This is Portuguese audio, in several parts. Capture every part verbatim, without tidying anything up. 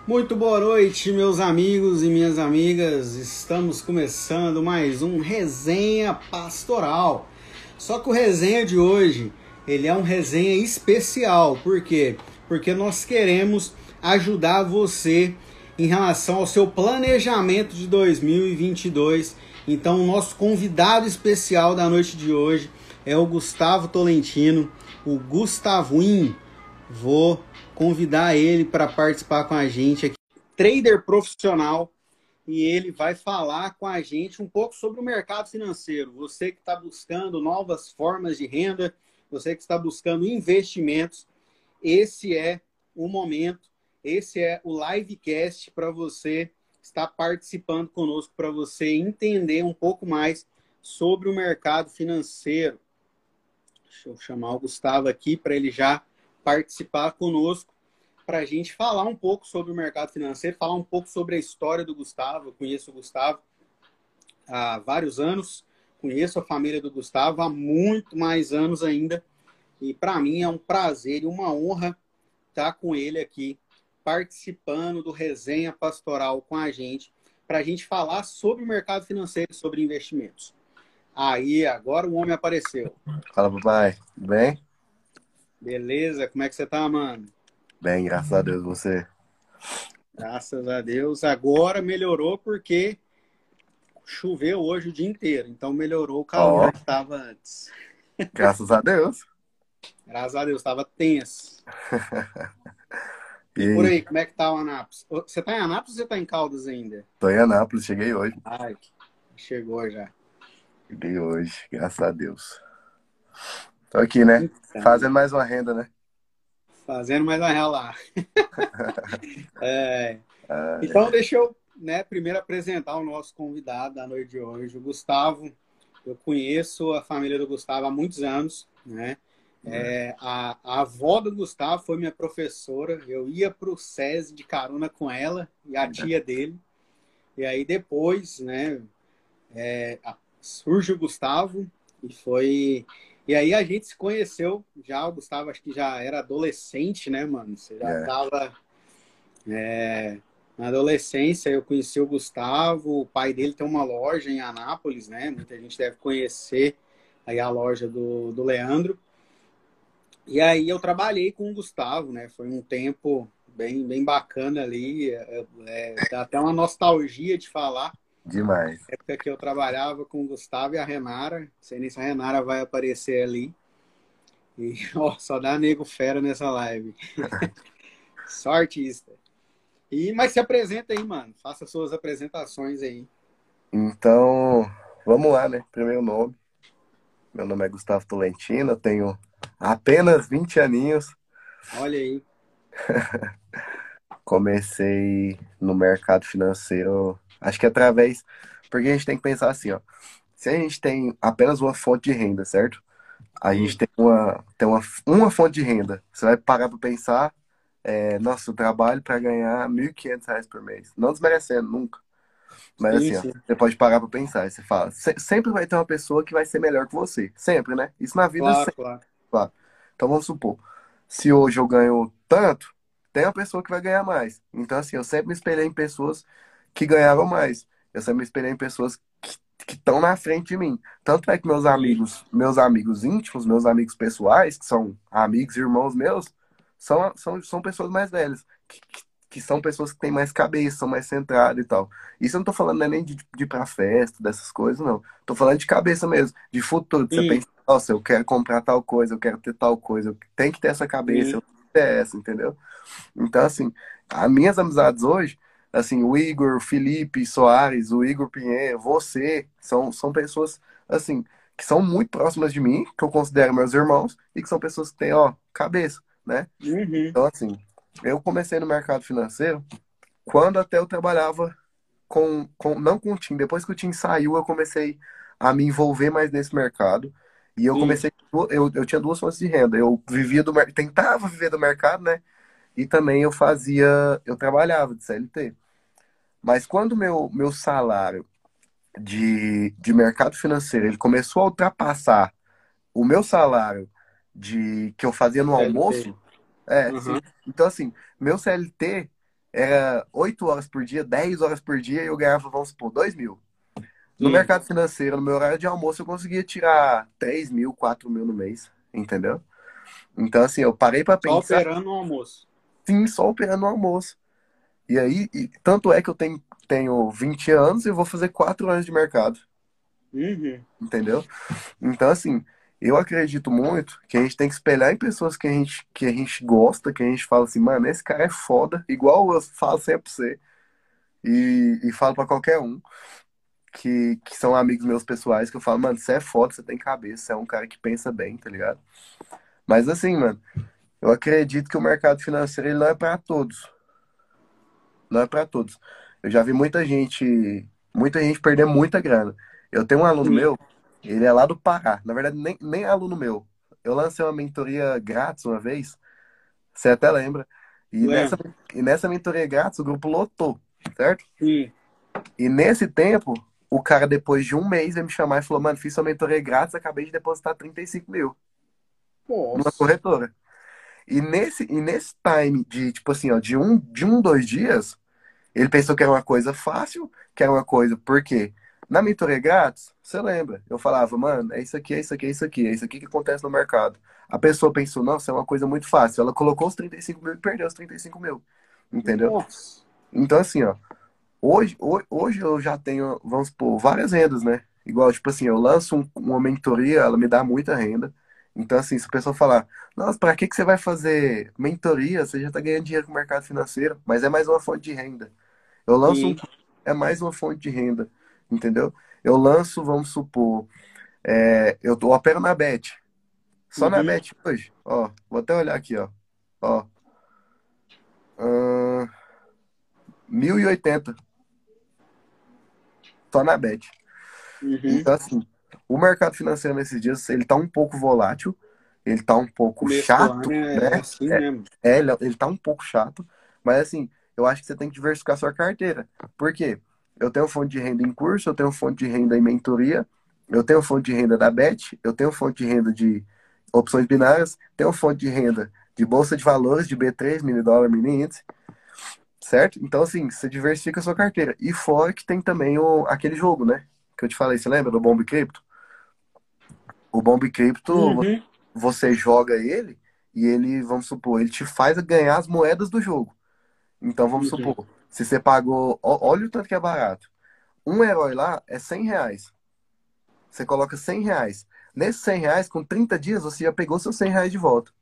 Muito boa noite, meus amigos e minhas amigas. Estamos começando mais um Resenha Pastoral. Só que o resenha de hoje, ele é um resenha especial. Por quê? Porque nós queremos ajudar você em relação ao seu planejamento de dois mil e vinte e dois. Então, o nosso convidado especial da noite de hoje é o Gustavo Tolentino, o Gustavoinho. Vou convidar ele para participar com a gente aqui, trader profissional, e ele vai falar com a gente um pouco sobre o mercado financeiro. Você que está buscando novas formas de renda, você que está buscando investimentos, esse é o momento, esse é o livecast para você estar participando conosco, para você entender um pouco mais sobre o mercado financeiro. Deixa eu chamar o Gustavo aqui para ele já participar conosco, para a gente falar um pouco sobre o mercado financeiro, falar um pouco sobre a história do Gustavo. Eu conheço o Gustavo há vários anos, conheço a família do Gustavo há muito mais anos ainda, e para mim é um prazer e uma honra estar com ele aqui, participando do Resenha Pastoral com a gente, para a gente falar sobre o mercado financeiro, sobre investimentos. Aí, agora o homem apareceu. Fala, papai. Tudo bem? Beleza? Como é que você tá, mano? Bem, graças a Deus, você. Graças a Deus. Agora melhorou porque choveu hoje o dia inteiro. Então melhorou o Ó, calor que estava antes. graças a Deus. Graças a Deus, estava tenso. E E por aí? aí, como é que tá o Anápolis? Você tá em Anápolis ou você tá em Caldas ainda? Tô em Anápolis, cheguei hoje. Ai, chegou já. Cheguei hoje, graças a Deus. Tô aqui, né? Então, Fazendo mais uma renda, né? fazendo mais uma real lá. É, Ah, então, deixa eu, né, primeiro apresentar o nosso convidado da noite de hoje, o Gustavo. Eu conheço a família do Gustavo há muitos anos, né? É, a, a avó do Gustavo foi minha professora. Eu ia para o SESI de carona com ela e a tia dele. E aí depois, né, é, a- surge o Gustavo e foi. E aí a gente se conheceu já. O Gustavo acho que já era adolescente, né, mano? Você já é. tava na adolescência. Eu conheci o Gustavo. O pai dele tem uma loja em Anápolis, né? Muita gente deve conhecer aí a loja do, do Leandro. E aí eu trabalhei com o Gustavo, né? Foi um tempo bem, bem bacana ali. É, é, dá até uma nostalgia de falar. Demais. Época que eu trabalhava com o Gustavo e a Renara. Não sei nem se a Renara vai aparecer ali. E ó, só dá nego fera nessa live. Só artista. E, mas se apresenta aí, mano. Faça suas apresentações aí. Então, vamos lá, né? Primeiro nome. Meu nome é Gustavo Tolentino, eu tenho apenas vinte aninhos. Olha aí. Comecei no mercado financeiro, acho que através. Porque a gente tem que pensar assim, ó. Se a gente tem apenas uma fonte de renda, certo? A gente Hum, tem uma, tem uma, uma fonte de renda. Você vai parar para pensar, é, nossa, eu trabalho para ganhar mil e quinhentos reais por mês. Não desmerecendo, nunca. Mas sim, assim, ó, sim. você pode parar para pensar. E você fala, "Se- sempre vai ter uma pessoa que vai ser melhor que você. Sempre, né? Isso na vida Claro, sempre, claro. claro. Então vamos supor, se hoje eu ganho tanto, tem uma pessoa que vai ganhar mais. Então assim, eu sempre me espelhei em pessoas que ganharam mais. Eu sempre me espelhei em pessoas que que estão na frente de mim. Tanto é que meus Sim. amigos, meus amigos íntimos, meus amigos pessoais, que são amigos e irmãos meus, são, são, são pessoas mais velhas, que, que, que são pessoas que têm mais cabeça, são mais centradas e tal. Isso eu não tô falando né, nem de, de ir pra festa, dessas coisas, não. Tô falando de cabeça mesmo, de futuro, de você Sim, pensar, nossa, eu quero comprar tal coisa, eu quero ter tal coisa, eu tenho que ter essa cabeça, eu sim. tenho que ter essa, entendeu? Então, assim, as minhas amizades hoje, assim, o Igor, o Felipe Soares, o Igor Pinheiro, você, são, são pessoas, assim, que são muito próximas de mim, que eu considero meus irmãos, e que são pessoas que têm, ó, cabeça, né? Uhum. Então, assim, eu comecei no mercado financeiro quando até eu trabalhava com, com não com o Tim. Depois que o Tim saiu, eu comecei a me envolver mais nesse mercado. E eu Sim. comecei, eu, eu tinha duas fontes de renda. Eu vivia do, mer- tentava viver do mercado, né? E também eu fazia, eu trabalhava de C L T. Mas quando meu, meu salário de, de mercado financeiro ele começou a ultrapassar o meu salário de que eu fazia no C L T. almoço, é, sim. Uhum. Então, assim, meu C L T, era oito horas por dia, dez horas por dia, e eu ganhava, vamos supor, dois mil. No Sim. mercado financeiro, no meu horário de almoço, eu conseguia tirar três mil, quatro mil no mês, entendeu? Então, assim, eu parei para Só pensar, operando no almoço. sim, só operando no almoço. E aí, e tanto é que eu tenho, tenho vinte anos e vou fazer quatro anos de mercado, Uhum. entendeu? Então, assim, eu acredito muito que a gente tem que espelhar em pessoas que a gente, que a gente gosta, que a gente fala assim, mano, esse cara é foda, igual eu falo sempre pra você, e, e falo pra qualquer um, que, que são amigos meus pessoais, que eu falo, mano, você é foda, você tem cabeça, você é um cara que pensa bem, tá ligado? Mas assim, mano, eu acredito que o mercado financeiro ele não é pra todos. Não é pra todos. Eu já vi muita gente, muita gente perder muita grana. Eu tenho um aluno Sim. meu, ele é lá do Pará. Na verdade, nem, nem é aluno meu. Eu lancei uma mentoria grátis uma vez, você até lembra. E nessa, Lembro. e nessa mentoria grátis, o grupo lotou, certo? Sim. E nesse tempo, o cara, depois de um mês, veio me chamar e falou: Mano, fiz sua mentoria grátis, acabei de depositar trinta e cinco mil numa Nossa. corretora. E nesse, e nesse time de, tipo assim, ó, de um, de um, dois dias, ele pensou que era uma coisa fácil, que era uma coisa. Por quê? Na mentoria grátis, você lembra? Eu falava, mano, é isso aqui, é isso aqui, é isso aqui, é isso aqui que acontece no mercado. A pessoa pensou, nossa, é uma coisa muito fácil. Ela colocou os trinta e cinco mil e perdeu os trinta e cinco mil. Entendeu? Nossa. Então, assim, ó, hoje, ho- hoje eu já tenho, vamos supor, várias rendas, né? Igual, tipo assim, eu lanço um- uma mentoria, ela me dá muita renda. Então, assim, se a pessoa falar, nossa, pra que que você vai fazer mentoria? Você já tá ganhando dinheiro com o mercado financeiro, mas é mais uma fonte de renda. Eu lanço um Sim. curso, é mais uma fonte de renda, entendeu? Eu lanço, vamos supor, é, eu tô, opero na Bet. Só na Uhum. Bet hoje, ó, vou até olhar aqui, ó, ó, ahn, mil e oitenta só na Bet. Uhum. Então, assim, o mercado financeiro nesses dias, ele tá um pouco volátil, ele tá um pouco Começo do ano chato, é, é né? assim mesmo. É, ele, ele tá um pouco chato, mas assim, eu acho que você tem que diversificar sua carteira. Por quê? Eu tenho fonte de renda em curso, eu tenho fonte de renda em mentoria, eu tenho fonte de renda da Bet, eu tenho fonte de renda de opções binárias, tenho fonte de renda de bolsa de valores, de B três, mini dólar, mini índice, certo? Então, assim, você diversifica a sua carteira. E fora que tem também o, aquele jogo, né? Que eu te falei, você lembra do Bomb Cripto? O Bomb Cripto, Uhum. você joga ele e ele, vamos supor, ele te faz ganhar as moedas do jogo. Então, vamos Uhum. supor, se você pagou, ó- olha o tanto que é barato. Um herói lá é cem reais. Você coloca cem reais. Nesses cem reais, com trinta dias, você já pegou seus cem reais de volta.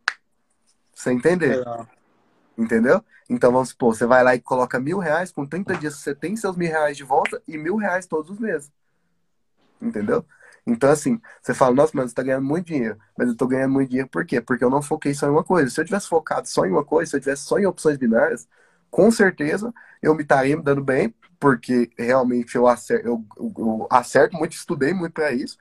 Você entender? Legal. Entendeu? Então, vamos supor, você vai lá e coloca mil reais, com trinta dias você tem seus mil reais de volta e mil reais todos os meses. Entendeu? Então, assim, você fala, nossa, mas você tá ganhando muito dinheiro. Mas eu tô ganhando muito dinheiro por quê? Porque eu não foquei só em uma coisa. Se eu tivesse focado só em uma coisa, se eu tivesse só em opções binárias, com certeza eu me estaria me dando bem, porque realmente eu acerto, eu, eu- eu acerto muito, estudei muito para isso,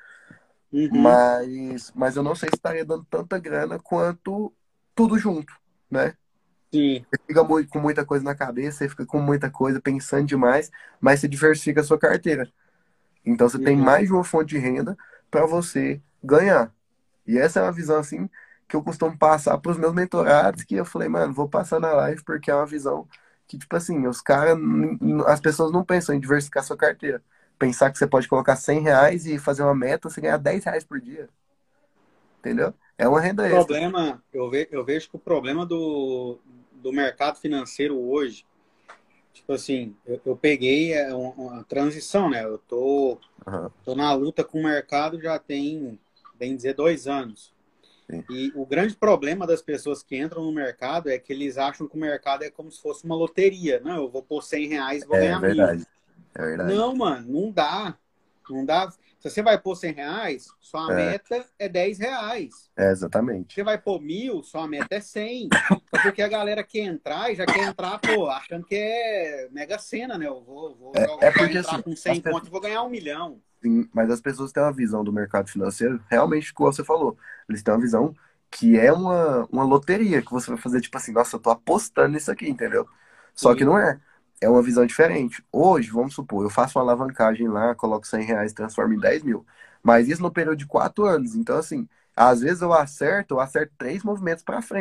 Uhum. mas, mas eu não sei se estaria dando tanta grana quanto tudo junto, né? Sim. Você fica muito, com muita coisa na cabeça, você fica com muita coisa, pensando demais, mas você diversifica a sua carteira. Então você tem Uhum. mais de uma fonte de renda para você ganhar. E essa é uma visão assim que eu costumo passar para os meus mentorados, que eu falei, mano, vou passar na live porque é uma visão que, tipo assim, os caras, as pessoas não pensam em diversificar sua carteira. Pensar que você pode colocar cem reais e fazer uma meta, você ganhar dez reais por dia, entendeu? É uma renda extra. Problema, eu, ve, eu vejo que o problema do, do mercado financeiro hoje, tipo assim, eu, eu peguei é, uma, uma transição, né? Eu tô, Aham, tô na luta com o mercado já tem, bem dizer, dois anos. sim. E o grande problema das pessoas que entram no mercado é que eles acham que o mercado é como se fosse uma loteria. Não, eu vou pôr cem reais e vou É ganhar mil. verdade, é verdade. Não, mano, não dá. Não dá. Se você vai pôr cem reais, sua É, meta é dez reais. é exatamente. Você vai pôr mil, sua meta é cem. É porque a galera quer entrar e já quer entrar, pô, achando que é Mega Sena, né? Eu vou, vou, É, jogar, é vou porque entrar assim, com as cem conto pessoas e vou ganhar um milhão. sim, mas as pessoas têm uma visão do mercado financeiro, realmente, como você falou, eles têm uma visão que é uma, uma loteria, que você vai fazer tipo assim, nossa, eu tô apostando nisso aqui, entendeu? Só que Sim. não é. É uma visão diferente. Hoje, vamos supor, eu faço uma alavancagem lá, coloco cem reais, transformo em dez mil. Mas isso no período de quatro anos. Então, assim, às vezes eu acerto, eu acerto três movimentos para frente.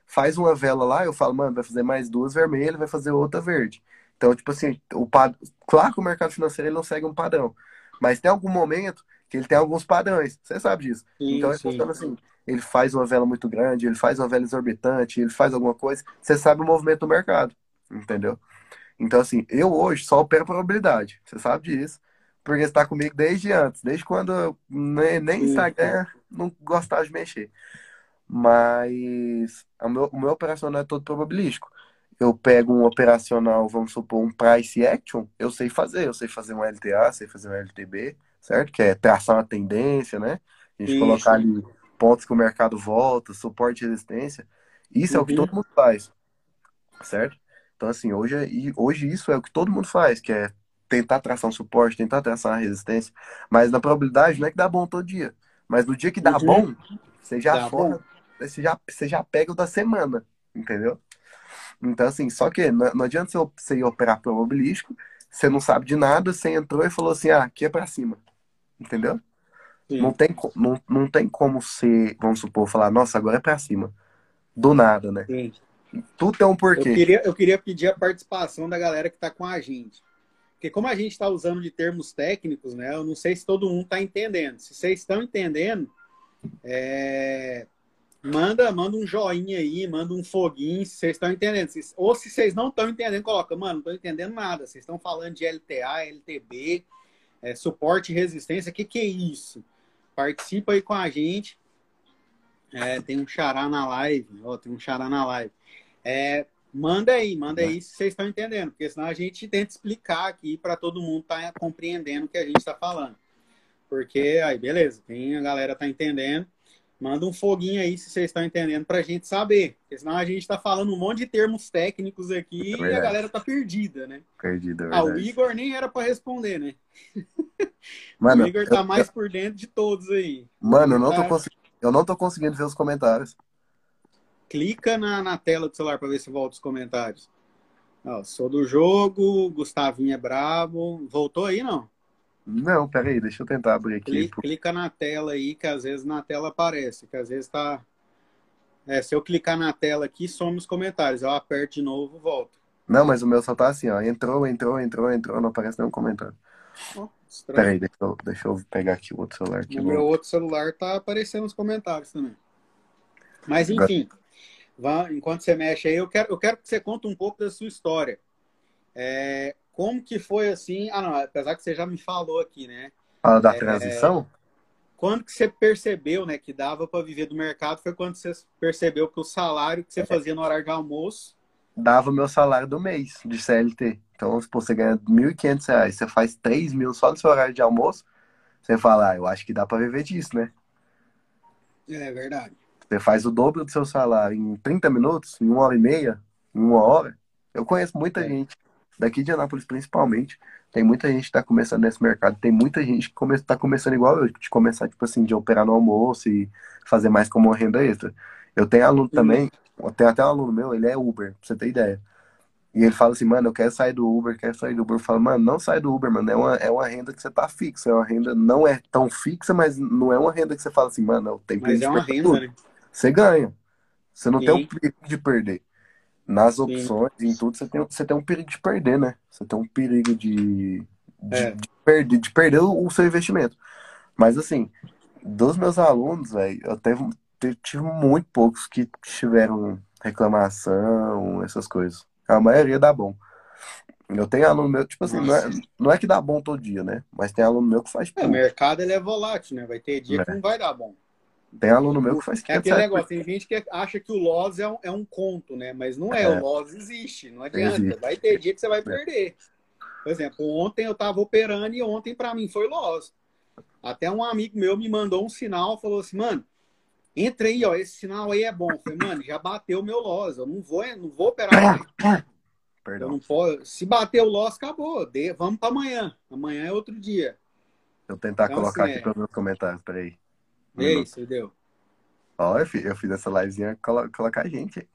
faz uma vela lá, eu falo, mano, vai fazer mais duas vermelhas, vai fazer outra verde. Então, tipo assim, o pad... claro que o mercado financeiro ele não segue um padrão, mas tem algum momento que ele tem alguns padrões, você sabe disso. Então Sim, ele sim. funciona assim, ele faz uma vela muito grande, ele faz uma vela exorbitante, ele faz alguma coisa, você sabe o movimento do mercado, entendeu? Então, assim, eu hoje só opero probabilidade, você sabe disso, porque você está comigo desde antes, desde quando eu nem, nem Sim, sim. Instagram não gostava de mexer. Mas o meu, o meu operacional é todo probabilístico. Eu pego um operacional, vamos supor, um price action, eu sei fazer. Eu sei fazer um L T A, sei fazer um L T B, certo? Que é traçar uma tendência, né? A gente Sim, colocar sim. ali pontos que o mercado volta, suporte e resistência. Isso é o que todo Uhum. mundo faz, certo? Então, assim, hoje, é- e hoje isso é o que todo mundo faz, que é tentar traçar um suporte, tentar traçar uma resistência. Mas na probabilidade não é que dá bom todo dia. Mas no dia que dá Uhum. bom, você já Tá bom. forra, você já, você já pega o da semana, entendeu? Então, assim, só que não, não adianta você, você ir operar probabilístico, você não sabe de nada, você entrou e falou assim, ah, aqui é pra cima, entendeu? Não Sim, tem, co- não, não tem como ser, vamos supor, falar, nossa, agora é pra cima. Do nada, né? sim. Tudo tem um Eu porquê. queria, eu queria pedir a participação da galera que está com a gente. Porque como a gente está usando de termos técnicos, né? Eu não sei se todo mundo está entendendo. Se vocês estão entendendo, é, manda, manda um joinha aí, manda um foguinho, se vocês estão entendendo. Se- Ou se vocês não estão entendendo, coloca, mano, não estou entendendo nada. Vocês estão falando de L T A, L T B, é, suporte e resistência. O que, que é isso? Participa aí com a gente. É, tem um xará na live. Ó, tem um xará na live. É, manda aí, manda aí se vocês estão entendendo, porque senão a gente tenta explicar aqui para todo mundo estar tá compreendendo o que a gente está falando. Porque aí, beleza, tem a galera tá entendendo. Manda um foguinho aí se vocês estão entendendo para a gente saber. Porque senão a gente está falando um monte de termos técnicos É aqui e a verdade. galera tá perdida, né? Perdido, é Ah, o verdade. Igor nem era para responder, né? O Mano, Igor eu, tá eu- mais por dentro de todos aí. O mano, eu Igor não tô tá. conseguindo, eu não tô conseguindo ver os comentários. Clica na, na tela do celular para ver se volta os comentários. Ó, sou do jogo, Gustavinho é brabo. Voltou aí, não? Não, pera aí, deixa eu tentar abrir aqui. Clica, clica na tela aí, que às vezes na tela aparece, que às vezes tá. É, se eu clicar na tela aqui, some os comentários. Eu aperto de novo, volto. Não, mas o meu só tá assim, ó. Entrou, entrou, entrou, entrou, não aparece nenhum comentário. Ó, Pera estranho. aí, deixa eu, deixa eu pegar aqui o outro celular aqui. No meu Vou... outro celular tá aparecendo os comentários também. Mas Agora- enfim, vá, enquanto você mexe aí, eu quero, eu quero que você conte um pouco da sua história. É, como que foi assim? Ah, não, apesar que você já me falou aqui, né? Fala da transição, Quando que você percebeu, né, que dava para viver do mercado? Foi quando você percebeu que o salário que você fazia no horário de almoço. dava meu salário do mês de C L T. Então, se você ganha mil e quinhentos reais, você faz três mil só no seu horário de almoço, você fala, ah, eu acho que dá pra viver disso, né? É verdade. Você faz o dobro do seu salário em trinta minutos, em uma hora e meia, em uma hora. Eu conheço muita É. gente, daqui de Anápolis principalmente, tem muita gente que está começando nesse mercado, tem muita gente que come, tá começando igual eu, de começar, tipo assim, de operar no almoço e fazer mais como uma renda extra. Eu tenho aluno Uhum. também, eu tenho até um aluno meu, ele é Uber, pra você ter ideia. E ele fala assim, mano, eu quero sair do Uber, quero sair do Uber. Eu falo, mano, não sai do Uber, mano. É uma, é uma renda que você tá fixa. É uma renda, não é tão fixa, mas não é uma renda que você fala assim, mano, eu tenho perigo Mas de é uma perder renda, tudo. né? Você ganha. Você não tem o Sim, perigo de perder. Nas sim. opções, em tudo, você tem, você tem um perigo de perder, né? Você tem um perigo de, de, É. de perder, de perder o, o seu investimento. Mas assim, dos meus alunos, velho, eu teve, te- tive muito poucos que tiveram reclamação, essas coisas. A maioria dá bom. Eu tenho aluno meu, tipo assim, não é, Nossa. não é que dá bom todo dia, né? Mas tem aluno meu que faz, É, o tipo, mercado ele é volátil, né? Vai ter dia que né? não vai dar bom. Tem aluno meu O- que faz é quinhentos aquele reais por negócio, tem gente que acha que o loss é um, é um conto, né? Mas não é, o dia. loss existe, não É, adianta. existe, Vai ter dia que você vai né? perder. Por exemplo, ontem eu estava operando e ontem para mim foi loss. Até um amigo meu me mandou um sinal, falou assim, mano, entra aí, ó, esse sinal aí é bom. Eu falei, mano, já bateu o meu loss, eu não vou, não vou operar mais. Eu Perdão. não posso. Se bater o loss, acabou. De, vamos para amanhã. Amanhã é outro dia. Deixa eu tentar Então, colocar assim, aqui é. para os comentários, peraí. Um Vê minuto. isso, entendeu? Ó, eu fiz, eu fiz essa livezinha colo, colocar a gente.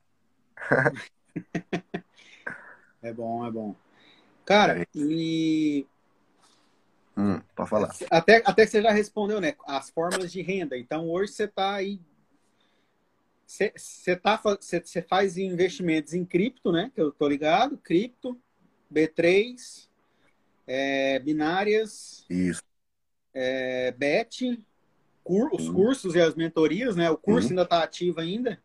É bom, é bom. Cara, Peraí. e Hum, pode falar. até, até que você já respondeu, né? As formas de renda. Então, hoje você está aí Você tá, fa- cê- cê faz investimentos em cripto, né? Que eu tô ligado. Cripto, B três, é, binárias, Isso, é, Bet, cur- os sim, cursos e as mentorias, né? O curso sim, ainda tá ativo ainda.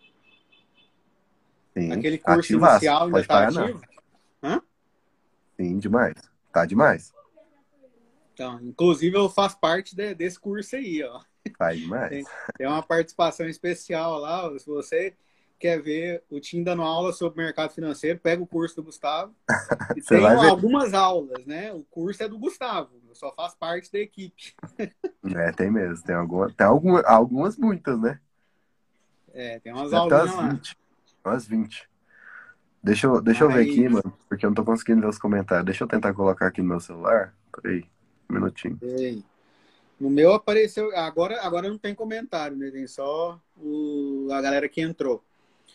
sim. Aquele curso Ativaço, inicial ainda pode tá parar não. ativo. Hã? Sim, demais. Tá demais. Então, inclusive eu faço parte de- desse curso aí, ó. Faz demais. Tem, tem uma participação especial lá. Ó. Se você quer ver o Tim dando aula sobre mercado financeiro, pega o curso do Gustavo. E Você tem vai ver. algumas aulas, né? O curso é do Gustavo, eu só faço parte da equipe. É, tem mesmo. Tem, alguma, tem alguma, algumas, muitas, né? É, tem Acho que umas deve ter aulinhas umas lá. vinte. Umas vinte. Deixa eu, deixa eu ver aqui, Mas, mano, porque eu não tô conseguindo ver os comentários. Deixa eu tentar colocar aqui no meu celular. Peraí, um minutinho. ei, no meu apareceu. Agora, agora não tem comentário, né? Tem só o, a galera que entrou.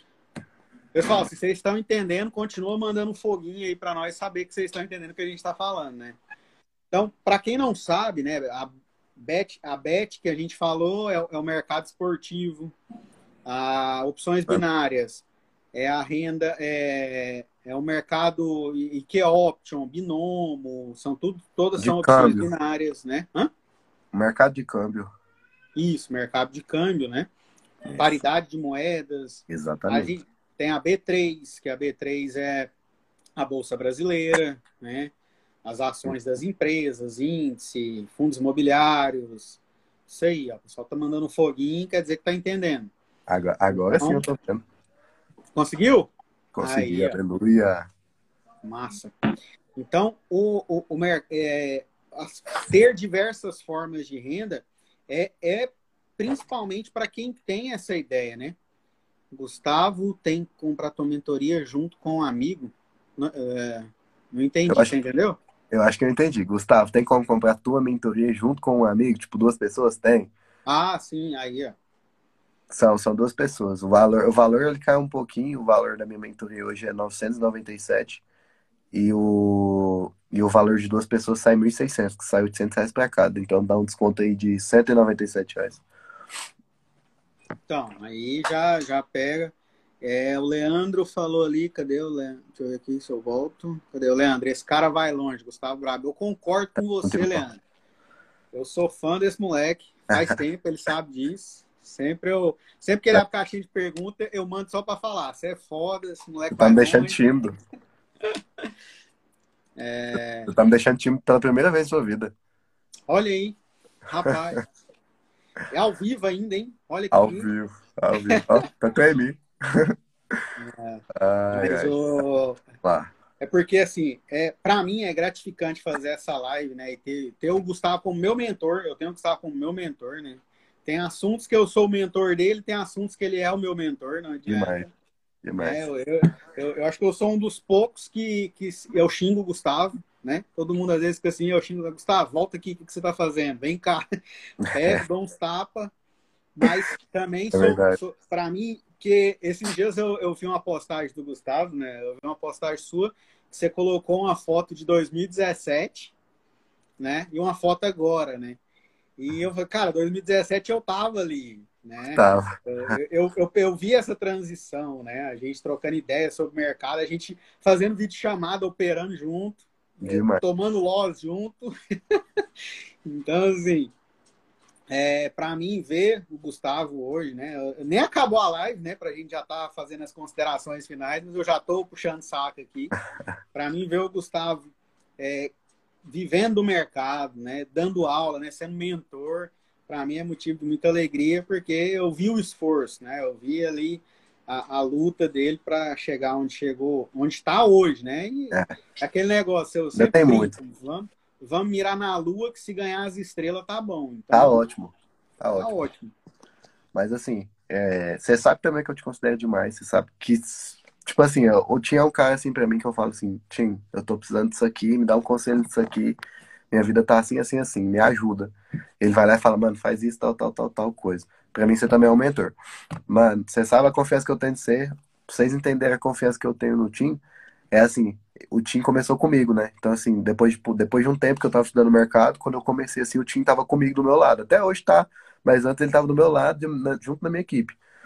Pessoal, se vocês estão entendendo, continua mandando um foguinho aí para nós saber que vocês estão entendendo o que a gente está falando, né? Então, para quem não sabe, né, a Bet, a Bet que a gente falou é, é o mercado esportivo, a opções binárias é a renda, é, é o mercado e que é option, binomo, são tudo, todas De são opções câmbio. binárias, né? Hã? Mercado de câmbio. Isso, mercado de câmbio, né? Isso, Paridade de moedas. A exatamente. gente tem a B três, que a B três é a Bolsa Brasileira, né? As ações das empresas, índice, fundos imobiliários. Isso aí, ó. O pessoal tá mandando foguinho, quer dizer que tá entendendo. Agora, agora sim eu Então, tô vendo. conseguiu? Consegui, Aí, ó. aleluia. Massa. Então, o, o, o mer- é, as- ter diversas formas de renda é, é principalmente para quem tem essa ideia, né? Gustavo tem que comprar tua mentoria junto com um amigo. Não, é, não Eu entendi, acho, você entendeu? eu acho que eu entendi. Gustavo, tem como comprar tua mentoria junto com um amigo? Tipo, duas pessoas? Tem. Ah, sim, aí, ó. São, são duas pessoas. O valor, o valor ele cai um pouquinho. O valor da minha mentoria hoje é novecentos e noventa e sete. E o, e o valor de duas pessoas sai mil e seiscentos, que sai oitocentos reais para cada. Então dá um desconto aí de cento e noventa e sete reais. Então, aí já, já pega. É, o Leandro falou ali, cadê o Leandro? Deixa eu ver aqui se eu volto. Cadê o Leandro? Esse cara vai longe, Gustavo Brabo. Eu concordo com Muito você, bom. Leandro. Eu sou fã desse moleque, faz tempo, ele sabe disso. Sempre eu, sempre que ele abre caixinha de pergunta, eu mando só para falar. Você é foda, esse moleque Você tá vai me deixando longe. tímido. É, Você tá me deixando tímido pela primeira vez na sua vida. olha aí, rapaz. É ao vivo ainda, hein? Olha Ao aqui. vivo, ao vivo. Ó, tá tremendo. Ai, Mas ai. o, Lá. é porque, assim, é, para mim é gratificante fazer essa live, né? E ter, ter o Gustavo como meu mentor. Eu tenho o Gustavo como meu mentor, né? Tem assuntos que eu sou o mentor dele, tem assuntos que ele é o meu mentor, não Demais, adianta. Né? demais. Eu, eu, eu, eu acho que eu sou um dos poucos que, que eu xingo o Gustavo, né? Todo mundo às vezes fica assim, eu xingo o Gustavo, volta aqui, o que você tá fazendo? Vem cá. Pego, dou uns tapas, mas também É sou, verdade. sou para mim, que esses dias eu, eu vi uma postagem do Gustavo, né? Eu vi uma postagem sua, que você colocou uma foto de dois mil e dezessete, né? E uma foto agora, né? E eu falei, cara, dois mil e dezessete eu tava ali, né? Tava. Eu, eu, eu, eu vi essa transição, né? A gente trocando ideias sobre o mercado, a gente fazendo vídeo chamada, operando junto, é, Demais. tomando loss junto. Então, assim, é, para mim, ver o Gustavo hoje, né? Nem acabou a live, né? Pra gente já tá fazendo as considerações finais, mas eu já tô puxando saco aqui. Para mim, ver o Gustavo é, vivendo o mercado, né? Dando aula, né? Sendo mentor, para mim é motivo de muita alegria, porque eu vi o esforço, né? Eu vi ali a, a luta dele para chegar onde chegou, onde está hoje, né? E É, aquele negócio, eu ainda sempre tem muito. brinco, vamos, vamos mirar na lua, que se ganhar as estrelas tá bom. Tá Então, ótimo. Tá tá ótimo. ótimo. Mas assim, é, você sabe também que eu te considero demais. Você sabe que, tipo assim, eu, eu tinha um cara assim pra mim que eu falo assim, Tim, eu tô precisando disso aqui, me dá um conselho disso aqui. Minha vida tá assim, assim, assim, me ajuda. Ele vai lá e fala, mano, faz isso, tal, tal, tal, tal coisa. Pra mim, você também é um mentor. Mano, você sabe a confiança que eu tenho de ser. Pra vocês entenderem a confiança que eu tenho no Tim, é assim, o Tim começou comigo, né? Então, assim, depois, tipo, depois de um tempo que eu tava estudando mercado, quando eu comecei, assim, o Tim tava comigo do meu lado. Até hoje tá, mas antes ele tava do meu lado, de- na- junto na minha equipe.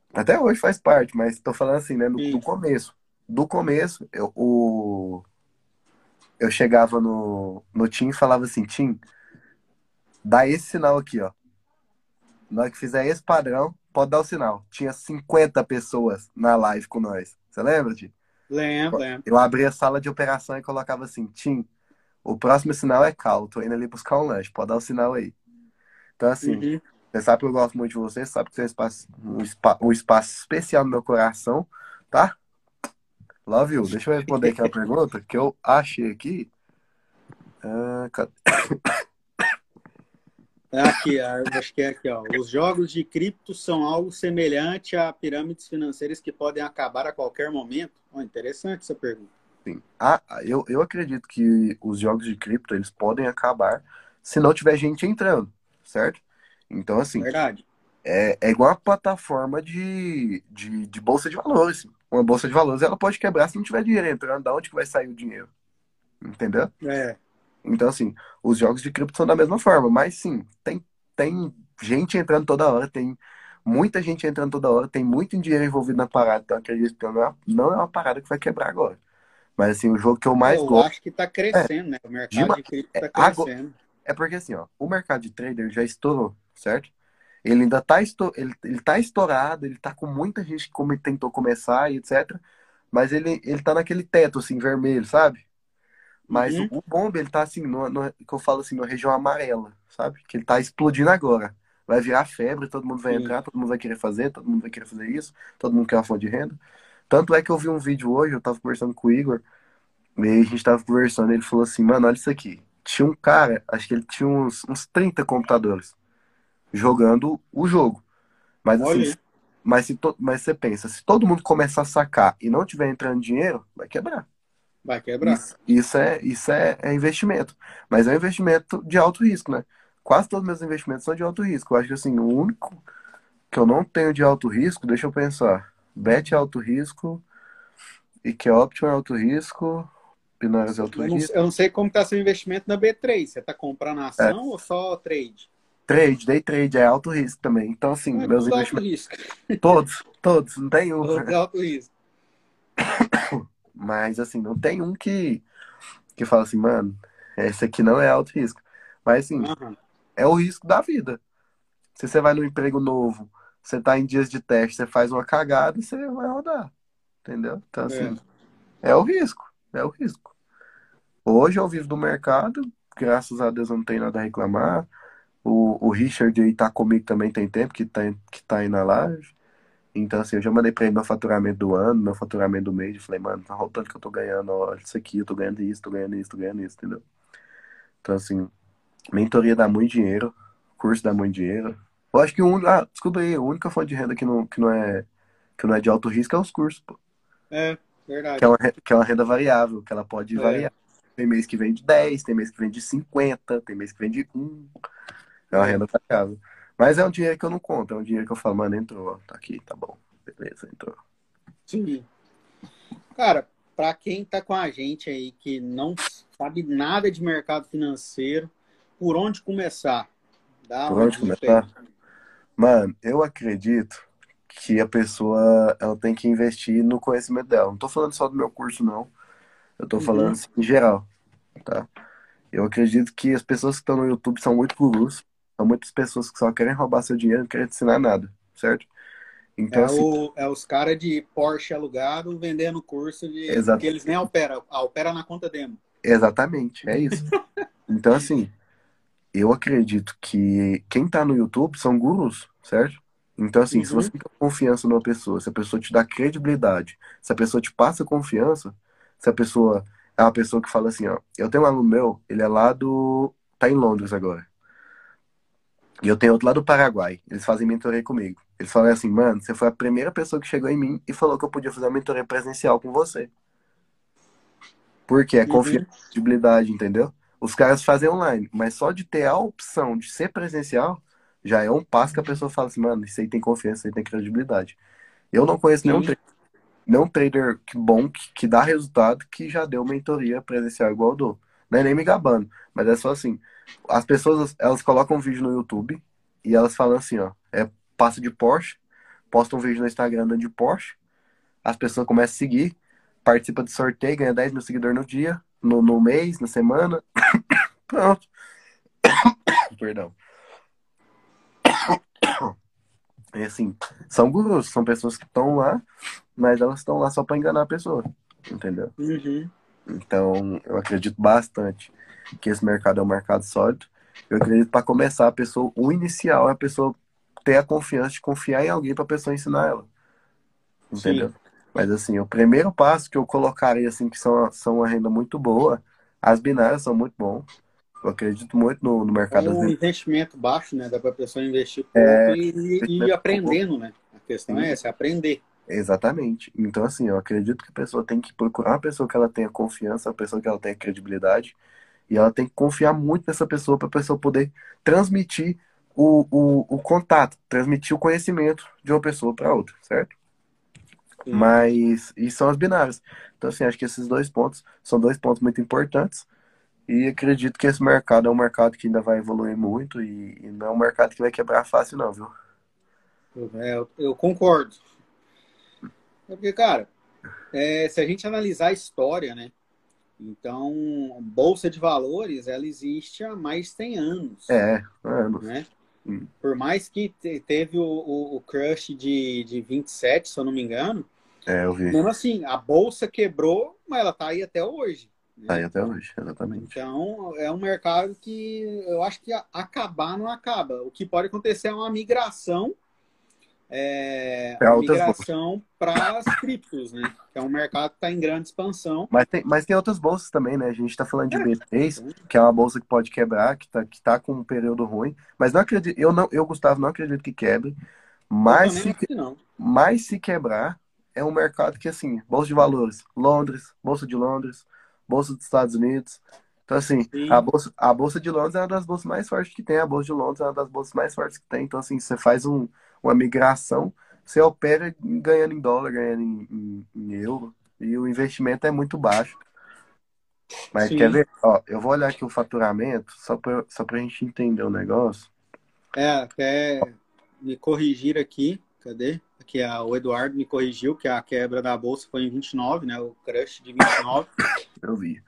Até hoje faz parte, mas tô falando assim, né? No, do Sim. começo. Do começo, eu, o, eu chegava no, no Tim e falava assim, Tim, dá esse sinal aqui, ó. Na hora que fizer esse padrão, pode dar o sinal. Tinha cinquenta pessoas na live com nós. Você lembra, Tim? Lembro, lembro. Eu abria a sala de operação e colocava assim, Tim, o próximo sinal é cal, tô indo ali buscar um lanche, pode dar o sinal aí. Então, assim, Uhum. você sabe que eu gosto muito de você, você sabe que você é um espaço, um, espa- um espaço especial no meu coração, tá? Love you. Deixa eu responder aqui uma pergunta que eu achei aqui. Ah, cadê? É aqui, a- acho que é aqui, ó. Os jogos de cripto são algo semelhante a pirâmides financeiras que podem acabar a qualquer momento? Oh, interessante essa pergunta. Sim. Ah, eu, eu acredito que os jogos de cripto eles podem acabar se não tiver gente entrando, certo? Então, assim, Verdade. é, é igual a plataforma de, de, de bolsa de valores. Uma bolsa de valores ela pode quebrar se não tiver dinheiro entrando. Da onde que vai sair o dinheiro? Entendeu? É. Então, assim, os jogos de cripto são da mesma forma, mas sim, tem, tem gente entrando toda hora, tem muita gente entrando toda hora, tem muito dinheiro envolvido na parada, então acredito que não é, não é uma parada que vai quebrar agora. Mas, assim, o jogo que eu mais Eu gosto acho que está é crescendo, né? O mercado demais. de cripto É, está agora, crescendo. é porque, assim, ó, o mercado de trader já estourou, certo? Ele ainda tá, esto, ele, ele tá estourado, ele tá com muita gente que come- tentou começar e etcétera. Mas ele, ele tá naquele teto, assim, vermelho, sabe? Mas o, Uhum. o bombe, ele tá assim, no, no- que eu falo assim, na região amarela, sabe? Que ele tá explodindo agora. Vai virar febre, todo mundo vai Sim. entrar, todo mundo vai querer fazer, todo mundo vai querer fazer isso, todo mundo quer uma fonte de renda. Tanto é que eu vi um vídeo hoje, eu tava conversando com o Igor, e aí a gente tava conversando, ele falou assim, mano, olha isso aqui. Tinha um cara, acho que ele tinha uns, uns trinta computadores jogando o jogo. Mas assim, Olha aí. mas, se to, mas você pensa, se todo mundo começar a sacar e não tiver entrando dinheiro, vai quebrar. Vai quebrar. Isso, isso é, isso é, é investimento. Mas é um investimento de alto risco, né? Quase todos os meus investimentos são de alto risco. Eu acho que assim, o único que eu não tenho de alto risco, deixa eu pensar. Bet é alto risco, e que Option é alto risco, Pinares é alto Eu não, risco. eu não sei como está seu investimento na B três. Você está comprando É, ação ou só trade? trade, day trade é alto risco também. Então, assim, É meus tudo alto investimentos, risco. todos, todos, não tem um. Tudo alto risco. Mas assim, não tem um que, que fala assim, mano, esse aqui não é alto risco. Mas assim, Aham. é o risco da vida. Se você vai no emprego novo, você tá em dias de teste, você faz uma cagada, você vai rodar. Entendeu? Então, É. assim, é o risco. É o risco. Hoje eu vivo do mercado, graças a Deus eu não tenho nada a reclamar. O, o Richard aí tá comigo também tem tempo, que tá, que tá aí na live. Então, assim, eu já mandei pra ele meu faturamento do ano, meu faturamento do mês. Eu falei, mano, tá o tanto que eu tô ganhando, olha isso aqui, eu tô ganhando isso, tô ganhando isso, tô ganhando isso, entendeu? Então, assim, mentoria dá muito dinheiro, curso dá muito dinheiro. Eu acho que o único. Ah, desculpa aí, a única fonte de renda que não, que não é, que não é de alto risco é os cursos, pô. É, Que é verdade. uma, re- que é uma renda variável, que ela pode É, variar. Tem mês que vem de dez, tem mês que vem de cinquenta, tem mês que vem de um. É uma é. renda variável. Mas é um dinheiro que eu não conto, é um dinheiro que eu falo, mano, entrou, ó, tá aqui, tá bom. Beleza, entrou. Sim. Cara, para quem está com a gente aí que não sabe nada de mercado financeiro, por onde começar? Dá Por uma onde dica aí. começar? Mano, eu acredito que a pessoa ela tem que investir no conhecimento dela. Não tô falando só do meu curso, não. Eu tô falando Uhum. assim, em geral, tá? Eu acredito que as pessoas que estão no YouTube são muito gurus. São muitas pessoas que só querem roubar seu dinheiro e não querem te ensinar nada, certo? Então, É, assim, o, é os caras de Porsche alugado vendendo curso de exa que eles nem operam, ah, opera na conta demo. exatamente, é isso. Então, assim, eu acredito que quem tá no YouTube são gurus, certo? Então, assim, se você Uhum. tem confiança numa pessoa, se a pessoa te dá credibilidade, se a pessoa te passa confiança, se a pessoa é uma pessoa que fala assim, ó, eu tenho um aluno meu, ele é lá do, tá em Londres agora. E eu tenho outro lá do Paraguai. Eles fazem mentoria comigo. Eles falam assim, mano, você foi a primeira pessoa que chegou em mim e falou que eu podia fazer uma mentoria presencial com você. Porque é confiança, Uhum. credibilidade, entendeu? Os caras fazem online, mas só de ter a opção de ser presencial, já é um passo que a pessoa fala assim, mano, isso aí tem confiança, isso aí tem credibilidade. Eu não conheço nenhum, Sim. tra- nenhum trader que bom, que, que dá resultado, que já deu mentoria presencial igual eu dou. Não é nem me gabando, mas é só assim, as pessoas, elas colocam um vídeo no YouTube e elas falam assim, ó, é passo de Porsche, posta um vídeo no Instagram andando de Porsche, as pessoas começam a seguir, participa de sorteio, ganha dez mil seguidores no dia, no, no mês, na semana. Pronto. Perdão. E assim, são gurus, são pessoas que estão lá, mas elas estão lá só para enganar a pessoa, entendeu? Uhum. Então, eu acredito bastante que esse mercado é um mercado sólido. Eu acredito para começar, a pessoa, o inicial é a pessoa ter a confiança de confiar em alguém para a pessoa ensinar ela, entendeu? Sim. Mas assim, o primeiro passo que eu colocaria assim que são, são uma renda muito boa, as binárias são muito bom. Eu acredito muito no, no mercado das Com binárias. investimento baixo, né? Dá para a pessoa investir pouco É, e, e, e aprendendo, né? A questão é essa, é aprender. exatamente. Então, assim, eu acredito que a pessoa tem que procurar uma pessoa que ela tenha confiança, uma pessoa que ela tenha credibilidade, e ela tem que confiar muito nessa pessoa para a pessoa poder transmitir o, o, o contato, transmitir o conhecimento de uma pessoa para outra, certo? Sim. Mas, e são as binárias. Então, assim, acho que esses dois pontos são dois pontos muito importantes, e acredito que esse mercado é um mercado que ainda vai evoluir muito, e, e não é um mercado que vai quebrar fácil, não, viu? Eu, é, eu, eu concordo. É porque, cara, é, se a gente analisar a história, né? Então, Bolsa de Valores, ela existe há mais de cem anos, É, anos. né? Hum, Por mais que te- teve o, o, o crush de, de vinte e sete, se eu não me engano, É, eu vi. mesmo assim, a Bolsa quebrou, mas ela está aí até hoje, Tá aí né? até hoje, exatamente. Então, é um mercado que eu acho que a- acabar não acaba. O que pode acontecer é uma migração, é, Para uma outras bolsas. migração para as criptos, né? Que é um mercado que está em grande expansão. Mas tem, mas tem outras bolsas também, né? A gente tá falando de É, B três, que é uma bolsa que pode quebrar, que tá, que tá com um período ruim. Mas não acredito, eu, não, eu, Gustavo, não acredito que quebre. eu Mas também se, acho que não. mas se quebrar, é um mercado que, assim, bolsa de valores, Londres, Bolsa de Londres, Bolsa dos Estados Unidos. Então, assim, a Sim, bolsa, a bolsa de Londres é uma das bolsas mais fortes que tem. A Bolsa de Londres é uma das bolsas mais fortes que tem. Então, assim, você faz um, uma migração, você opera ganhando em dólar, ganhando em, em, em euro, e o investimento é muito baixo. Mas quer sim. ver? Ó, eu vou olhar aqui o faturamento, só para só pra gente entender o negócio. É, até me corrigir aqui. Cadê? Aqui a, o Eduardo me corrigiu que a quebra da bolsa foi em vinte e nove, né? O crush de vinte e nove. Eu vi.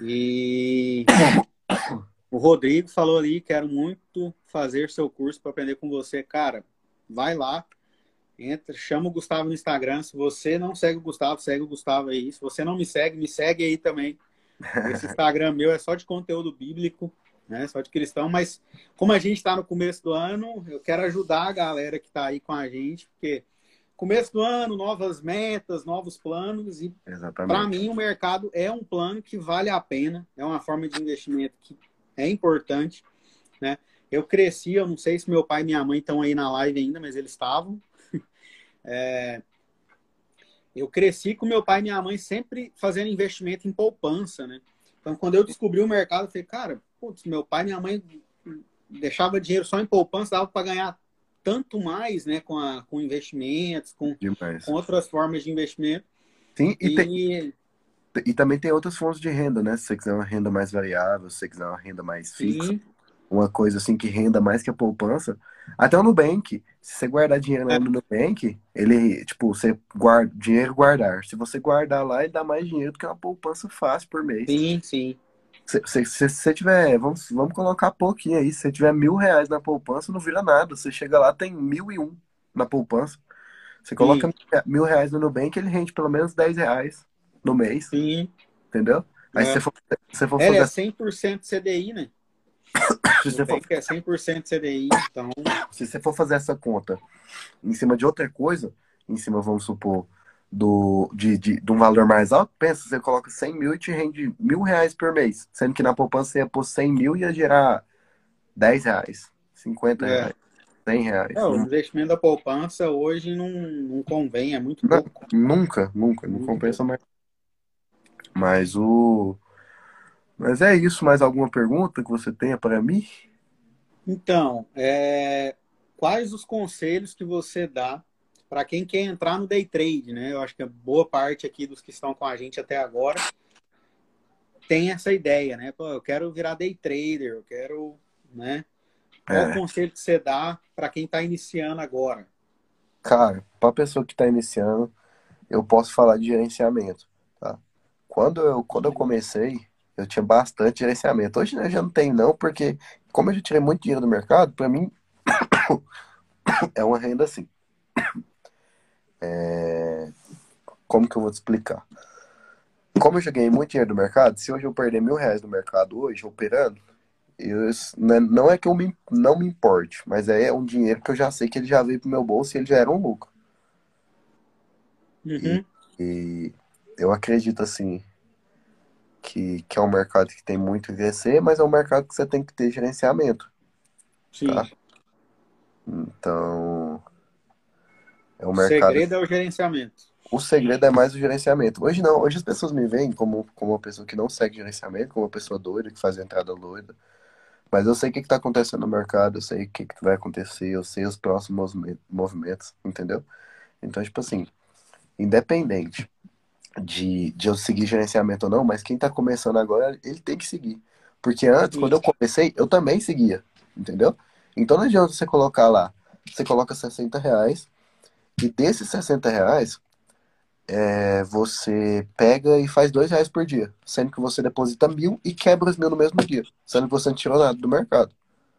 E o Rodrigo falou ali: quero muito fazer seu curso para aprender com você. Cara, vai lá, entra, chama o Gustavo no Instagram. Se você não segue o Gustavo, segue o Gustavo aí. Se você não me segue, me segue aí também. Esse Instagram meu é só de conteúdo bíblico, né? Só de cristão, mas como a gente está no começo do ano, eu quero ajudar a galera que está aí com a gente, porque começo do ano, novas metas, novos planos, e para Exatamente. mim o mercado é um plano que vale a pena, é uma forma de investimento que é importante, né? Eu cresci, eu não sei se meu pai e minha mãe estão aí na live ainda, mas eles estavam. Eu cresci com meu pai e minha mãe sempre fazendo investimento em poupança, né? Então, quando eu descobri o mercado, eu falei, cara, putz, meu pai e minha mãe deixava dinheiro só em poupança, dava para ganhar tanto mais, né, com, a, com investimentos, com, com Demais. outras formas de investimento. Sim, e, tem, E, e também tem outras fontes de renda, né? Se você quiser uma renda mais variável, se você quiser uma renda mais fixa, sim, uma coisa assim que renda mais que a poupança. Até o Nubank, se você guardar dinheiro é, lá no Nubank, ele, tipo, você guarda, dinheiro guardar. Se você guardar lá, ele dá mais dinheiro do que uma poupança fácil por mês. sim, sim, Se, se, se você tiver, vamos, vamos colocar pouquinho aí, se você tiver mil reais na poupança, não vira nada. Você chega lá, tem mil e um na poupança. Você coloca sim, mil reais no Nubank, ele rende pelo menos dez reais no mês, sim. entendeu? Aí se você É. for, se você for Ele é fazer, cem por cento C D I, né? se O você for, Nubank é cem por cento C D I, então, se você for fazer essa conta em cima de outra coisa, em cima, vamos supor, do, de, de, de um valor mais alto, pensa, você coloca cem mil e te rende mil reais por mês, sendo que na poupança você ia pôr cem mil e ia gerar dez reais, cinquenta é. reais, cem É, reais. o Não, investimento da poupança hoje não, não convém, é muito não, pouco, nunca, nunca, não muito compensa pouco. mais. Mas o. Mas é isso, mais alguma pergunta que você tenha para mim? Então, é, quais os conselhos que você dá para quem quer entrar no day trade, né? Eu acho que a boa parte aqui dos que estão com a gente até agora tem essa ideia, né? Pô, eu quero virar day trader, eu quero, né? Qual o É, conselho que você dá para quem está iniciando agora? Cara, pra pessoa que tá iniciando, eu posso falar de gerenciamento, tá? Quando eu, quando eu Uhum. comecei, eu tinha bastante gerenciamento. Hoje eu já não tenho, não, porque como eu já tirei muito dinheiro do mercado, pra mim é uma renda assim. Como que eu vou te explicar? Como eu já ganhei muito dinheiro do mercado, se hoje eu perder mil reais no mercado hoje, operando, eu, né, não é que eu me, não me importe, mas é um dinheiro que eu já sei que ele já veio pro meu bolso e ele já era um lucro. E, Uhum. e eu acredito assim que, que é um mercado que tem muito a crescer, mas é um mercado que você tem que ter gerenciamento, tá? Sim. Então, é um O mercado. segredo é o gerenciamento. O segredo é mais o gerenciamento. Hoje não, hoje as pessoas me veem como, como uma pessoa que não segue gerenciamento, como uma pessoa doida, que faz entrada doida. Mas eu sei o que está acontecendo no mercado, eu sei o que, que vai acontecer, eu sei os próximos movimen- movimentos, entendeu? Então, tipo assim, independente de, de eu seguir gerenciamento ou não, mas quem está começando agora, ele tem que seguir. Porque antes, quando Sim. eu comecei, eu também seguia, entendeu? Então não adianta você colocar lá, você coloca sessenta reais, e desses sessenta reais, é, você pega e faz dois reais por dia, sendo que você deposita mil e quebra os mil no mesmo dia, sendo que você não tirou nada do mercado,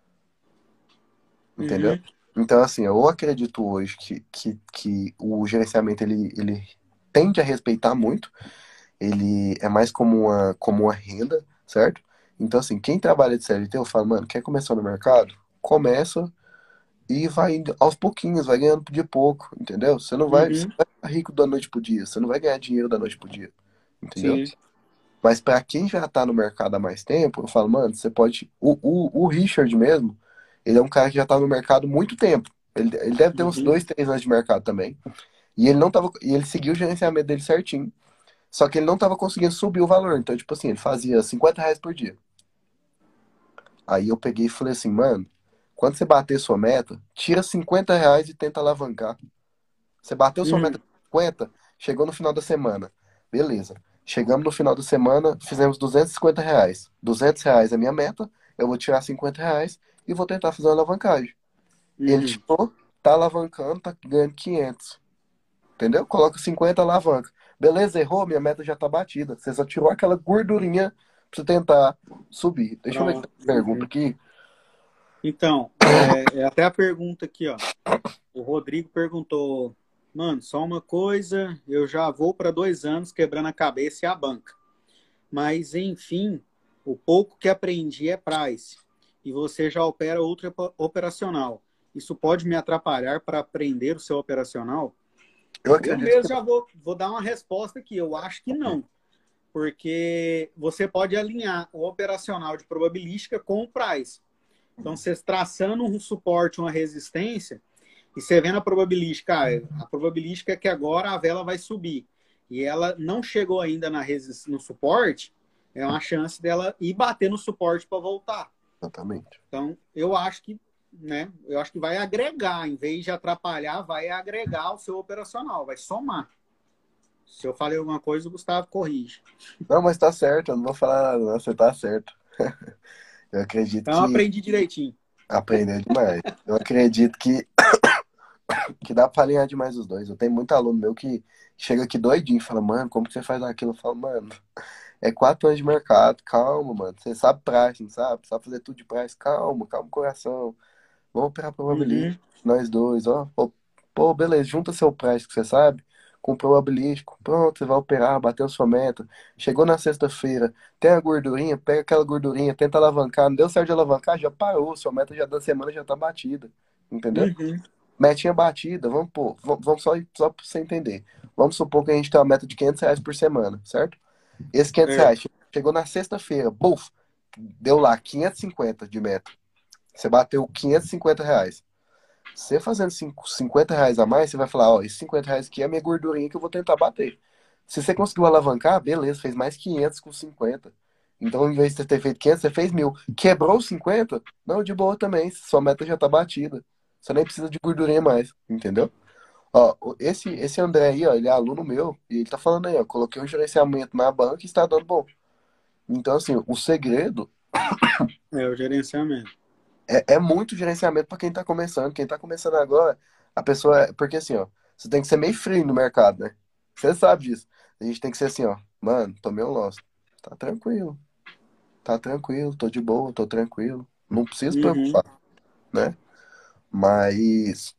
entendeu? Uhum. Então, assim, eu acredito hoje que, que, que o gerenciamento ele, ele tende a respeitar muito, ele é mais como uma, como uma renda, certo? Então, assim, quem trabalha de C L T, eu falo, mano, quer começar no mercado? Começa e vai indo aos pouquinhos, vai ganhando de pouco, entendeu? Você não vai, você Uhum. não vai ficar rico da noite pro dia, você não vai ganhar dinheiro da noite pro dia, entendeu? Sim. Mas pra quem já tá no mercado há mais tempo, eu falo, mano, você pode. O, o, o Richard mesmo, ele é um cara que já tá no mercado há muito tempo. Ele, ele deve ter uns Uhum. dois, três anos de mercado também. E ele não tava. E ele seguiu o gerenciamento dele certinho. Só que ele não tava conseguindo subir o valor. Então, tipo assim, ele fazia cinquenta reais por dia. Aí eu peguei e falei assim, mano, quando você bater sua meta, tira cinquenta reais e tenta alavancar. Você bateu sua meta Uhum. de cinquenta, chegou no final da semana. Beleza. Chegamos no final da semana, fizemos duzentos e cinquenta reais. duzentos reais é minha meta, eu vou tirar cinquenta reais e vou tentar fazer uma alavancagem. Ele Uhum. tirou, tá alavancando, tá ganhando quinhentos. Entendeu? Coloca cinquenta, alavanca. Beleza, errou, minha meta já tá batida. Você só tirou aquela gordurinha pra você tentar subir. Deixa eu ver aqui Pronto. a pergunta Uhum. aqui. Então, é, é até a pergunta aqui, ó. O Rodrigo perguntou, mano, só uma coisa, eu já vou para dois anos quebrando a cabeça e a banca. Mas, enfim, o pouco que aprendi é price. E você já opera outra operacional. Isso pode me atrapalhar para aprender o seu operacional? Eu Eu acredito que mesmo já vou, vou dar uma resposta aqui. Eu acho que não. Porque você pode alinhar o operacional de probabilística com o price. Então, você traçando um suporte, uma resistência, e você vendo a probabilística, ah, a probabilística é que agora a vela vai subir. E ela não chegou ainda na resist... no suporte, é uma chance dela ir bater no suporte para voltar. exatamente. Então, eu acho que, né, eu acho que vai agregar, em vez de atrapalhar, vai agregar o seu operacional, vai somar. Se eu falei alguma coisa, o Gustavo corrige. Não, mas tá certo, eu não vou falar nada, não, você tá certo. Eu acredito Então, eu que aprendi direitinho. aprender demais. Eu acredito que, que dá pra alinhar demais os dois. Eu tenho muito aluno meu que chega aqui doidinho e fala, mano, como que você faz aquilo? Eu falo, mano, é quatro anos de mercado, calma, mano. Você sabe price, não sabe? Sabe fazer tudo de price, calma, calma o coração. Vamos operar Uhum. probabilístico, nós dois, ó. Pô, pô, beleza, junta seu price que você sabe, com probabilístico. Pronto, você vai operar, bateu sua meta. Chegou na sexta-feira, tem a gordurinha, pega aquela gordurinha, tenta alavancar. Não deu certo de alavancar, já parou, sua meta já da semana já tá batida. Entendeu? Uhum. Metinha batida, vamos pôr, vamos vamos só, só pra você entender. Vamos supor que a gente tem uma meta de quinhentos reais por semana, certo? Esse quinhentos reais Certo. chegou na sexta-feira, buf, deu lá quinhentos e cinquenta de meta. Você bateu quinhentos e cinquenta reais. Você fazendo cinco- cinquenta reais a mais, você vai falar, ó, esses cinquenta reais aqui é a minha gordurinha que eu vou tentar bater. Se você conseguiu alavancar, beleza, fez mais quinhentos com cinquenta. Então, em vez de você ter feito quinhentos, você fez mil. Quebrou os cinquenta? Não, de boa também. Sua meta já tá batida. Você nem precisa de gordurinha mais, entendeu? Ó, o- esse, esse André aí, ó, ele é aluno meu, e ele tá falando aí, ó, coloquei um gerenciamento na banca e está dando bom. Então, assim, o segredo É o gerenciamento. é, é muito gerenciamento para quem tá começando. Quem tá começando agora, A pessoa, é- porque assim, ó, você tem que ser meio frio no mercado, né? Você sabe disso. A gente tem que ser assim, ó, mano, tomei um loss. Tá tranquilo, tá tranquilo, tô de boa, tô tranquilo. Não precisa se Uhum. preocupar, né? Mas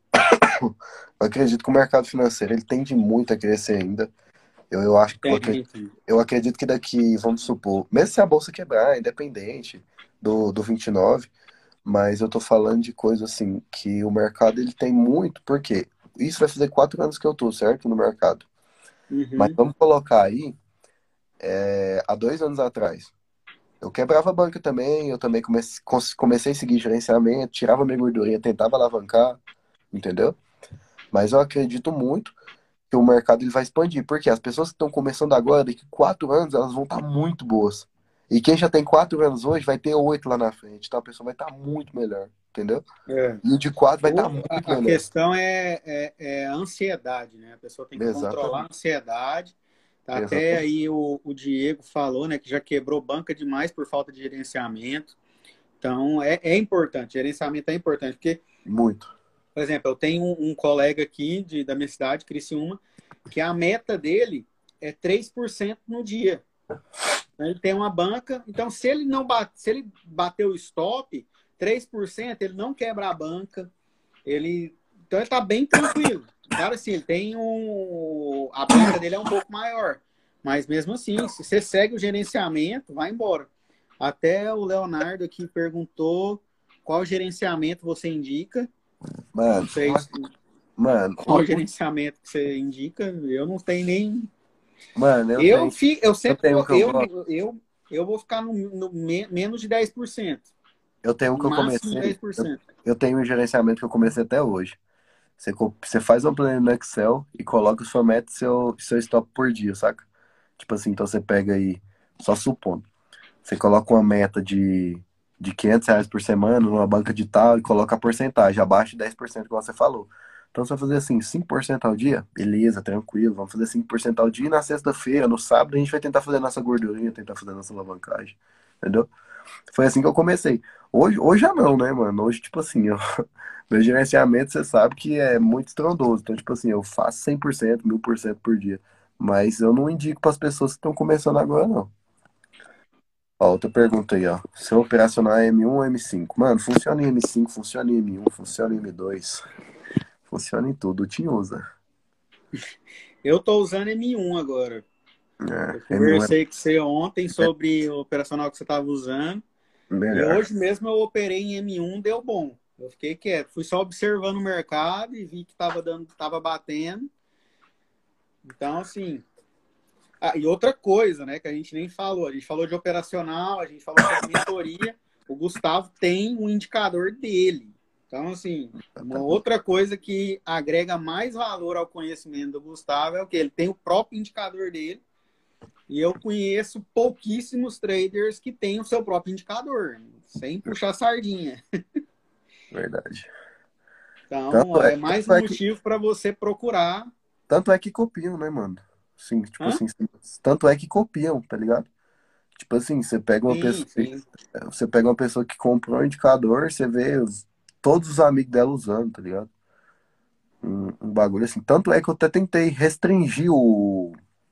eu acredito que o mercado financeiro ele tende muito a crescer ainda. Eu, eu acho que eu Tem, acredito, tem. eu acredito que daqui, vamos supor, mesmo se a bolsa quebrar, independente do, do vinte e nove, mas eu tô falando de coisa assim, que o mercado ele tem muito, porque isso vai fazer quatro anos que eu tô, certo? No mercado. Mas Uhum. vamos colocar aí, é, há dois anos atrás. Eu quebrava a banca também, eu também comecei, comecei a seguir gerenciamento, tirava minha gordurinha, tentava alavancar, entendeu? Mas eu acredito muito que o mercado ele vai expandir, porque as pessoas que estão começando agora, daqui quatro anos, elas vão estar muito boas. E quem já tem quatro anos hoje vai ter oito lá na frente, então a pessoa vai estar muito melhor, entendeu? É. E o de quatro vai estar O, muito a, a melhor. questão é, é, é a ansiedade, né? A pessoa tem que controlar a Exatamente, ansiedade. Até exatamente. aí o, o Diego falou, né, que já quebrou banca demais por falta de gerenciamento. Então é, é importante, gerenciamento é importante, porque, Muito. por exemplo, eu tenho um, um colega aqui de, da minha cidade, Criciúma, que a meta dele é três por cento no dia. Ele tem uma banca, então se ele não bate, se ele bater o stop, três por cento ele não quebra a banca, ele então ele tá bem tranquilo. Claro, assim, ele tem um a banca dele é um pouco maior, mas mesmo assim, se você segue o gerenciamento, vai embora. Até o Leonardo aqui perguntou qual gerenciamento você indica. Não Mano, sei uma- mano, qual o, o- gerenciamento que você indica. Eu não tenho nem. mano, eu Eu, tenho, fi, eu eu sempre tenho um vou. que eu Eu, gosto, eu, eu vou ficar no, no me- menos de dez por cento. eu tenho um que No eu máximo comecei, dez por eu, cento. eu tenho um gerenciamento que eu comecei até hoje. Você, co- você faz uma planilha no Excel e coloca sua meta e seu, seu stop por dia, saca? Tipo assim, então você pega aí, só supondo, você coloca uma meta de, de quinhentos reais por semana numa banca de tal e coloca a porcentagem, abaixo de dez por cento, como você falou. Então você vai fazer assim, cinco por cento ao dia, beleza, tranquilo, vamos fazer cinco por cento ao dia e na sexta-feira, no sábado, a gente vai tentar fazer nossa gordurinha, tentar fazer nossa alavancagem, entendeu? Foi assim que eu comecei. Hoje, hoje já não, né, mano? Hoje, tipo assim, eu, meu gerenciamento, você sabe que é muito estrondoso. Então, tipo assim, eu faço cem por cento, mil por cento por dia. Mas eu não indico para as pessoas que estão começando agora, não. Ó, outra pergunta aí, ó. Seu operacional é M um ou M cinco? Mano, funciona em M cinco, funciona em M um, funciona em M dois. Funciona em tudo. O Tim usa. Eu estou usando M um agora. Eu É, M um é conversei com você ontem sobre o operacional que você estava usando. E melhor. hoje mesmo eu operei em M um, deu bom. Eu fiquei quieto. Fui só observando o mercado e vi que estava dando, estava batendo. Então, assim. Ah, e outra coisa, né, que a gente nem falou. A gente falou de operacional, a gente falou sobre mentoria. O Gustavo tem um indicador dele. Então, assim, uma outra coisa que agrega mais valor ao conhecimento do Gustavo é o que ele tem o próprio indicador dele. E eu conheço pouquíssimos traders que têm o seu próprio indicador, sem puxar sardinha. Verdade. Então, Tanto é, é mais tanto um é que, motivo para você procurar. tanto é que copiam, né, mano? Sim, tipo Hã? assim, tanto é que copiam, tá ligado? Tipo assim, você pega uma Sim, pessoa, sim. você pega uma pessoa que comprou um indicador, você vê os- todos os amigos dela usando, tá ligado? Um, um bagulho assim. Tanto é que eu até tentei restringir o,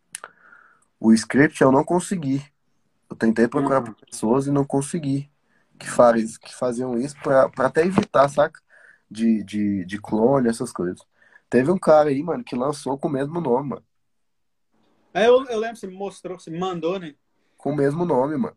o script, eu não consegui. Eu tentei procurar por Uhum. pessoas e não consegui que, faz, que faziam isso pra, pra até evitar, saca? De, de, de clone, essas coisas. Teve um cara aí, mano, que lançou com o mesmo nome, mano. Aí eu, eu lembro, você me mostrou, você me mandou, né? Com o mesmo nome, mano.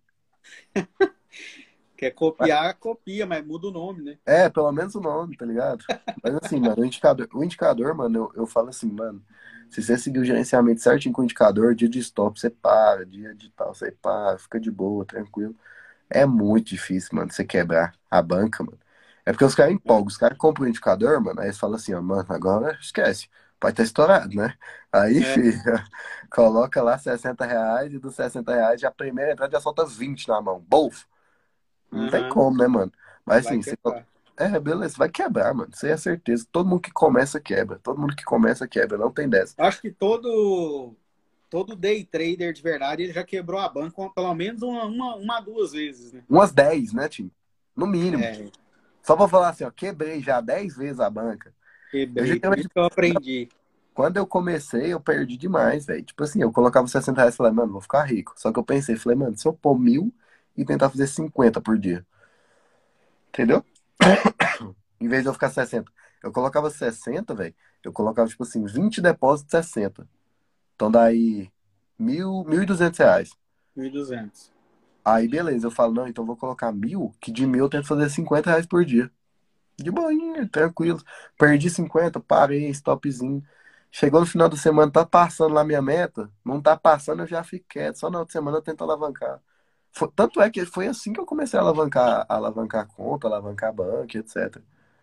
Quer copiar, copia, mas muda o nome, né? É, pelo menos o nome, tá ligado? Mas assim, mano, o indicador, o indicador, mano, eu, eu falo assim, mano, se você seguir o gerenciamento certinho com o indicador, dia de stop você para, dia de tal você para, fica de boa, tranquilo. É muito difícil, mano, você quebrar a banca, mano. É porque os caras empolgam, os caras compram o indicador, mano, aí eles falam assim, ó, mano, agora esquece, pode estar estourado, né? Aí, É. filho, coloca lá sessenta reais e dos sessenta reais, já a primeira entrada já solta vinte na mão, bolf. Não tem Uhum. como, né, mano? Mas Vai assim, você... quebrar. É, beleza, vai quebrar, mano. Isso aí é certeza. Todo mundo que começa, quebra. Todo mundo que começa, quebra. Não tem dessa. Acho que todo todo day trader de verdade ele já quebrou a banca uma- pelo menos uma, uma, uma duas vezes, né? Umas dez, né, Tim? No mínimo. É. Só pra falar assim, ó, quebrei já dez vezes a banca. Eu Quebrei, por geralmente, isso que eu aprendi. quando eu comecei, eu perdi demais, velho. Tipo assim, eu colocava sessenta reais e falei, mano, vou ficar rico. Só que eu pensei, falei, mano, se eu pôr mil e tentar fazer cinquenta por dia, entendeu? Em vez de eu ficar sessenta. Eu colocava sessenta, velho. Eu colocava, tipo assim, vinte depósitos, sessenta. Então daí, mil, mil e duzentos reais. Mil e duzentos. Aí, beleza, eu falo, não, então eu vou colocar mil, que de mil eu tento fazer cinquenta reais por dia. De boinha, tranquilo. Perdi cinquenta, parei, stopzinho. Chegou no final da semana, tá passando lá minha meta? Não tá passando, eu já fico quieto. Só na outra semana eu tento alavancar. Foi- tanto é que foi assim que eu comecei a alavancar, a alavancar conta, alavancar banco, etcétera.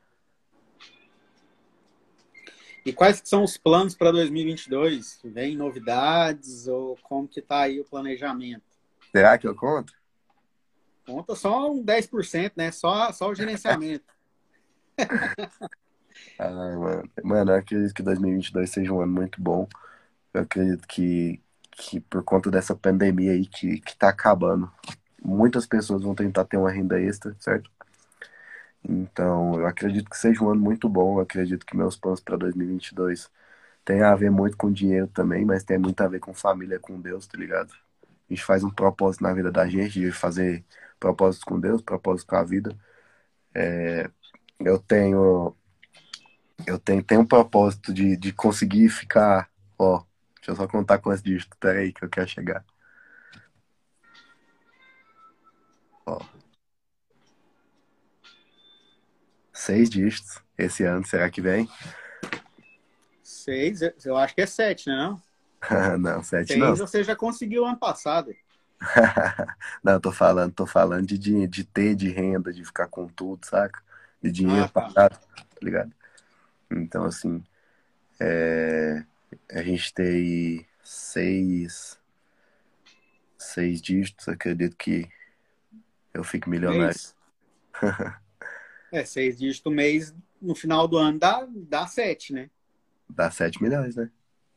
E quais que são os planos para dois mil e vinte e dois? Vem novidades ou como que tá aí o planejamento? Será que eu conto? Conta só um dez por cento, né? Só, só o gerenciamento. Ah, mano. Mano, eu acredito que dois mil e vinte e dois seja um ano muito bom. Eu acredito que, que por conta dessa pandemia aí que, que tá acabando, muitas pessoas vão tentar ter uma renda extra, certo? Então, eu acredito que seja um ano muito bom. Eu acredito que meus planos para dois mil e vinte e dois tem a ver muito com dinheiro também, mas tem muito a ver com família, com Deus, tá ligado? A gente faz um propósito na vida da gente, de fazer propósitos com Deus, propósitos com a vida. Eu tenho, eu tenho, tenho um propósito de, de conseguir ficar, ó, deixa eu só contar quantos dígitos, peraí que eu quero chegar. Ó, seis dígitos esse ano, será que vem? Seis, eu acho que é sete, né? Não? Não, sete não. Seis você já conseguiu ano passado. Não, tô falando, tô falando de, de, de ter de renda, de ficar com tudo, saca? De Ah, dinheiro tá. parado, tá ligado? Então, assim, é, a gente tem seis, seis dígitos, acredito que eu fique milionário. Mês. É, seis dígitos mês no final do ano dá, dá sete, né? Dá sete milhões, né?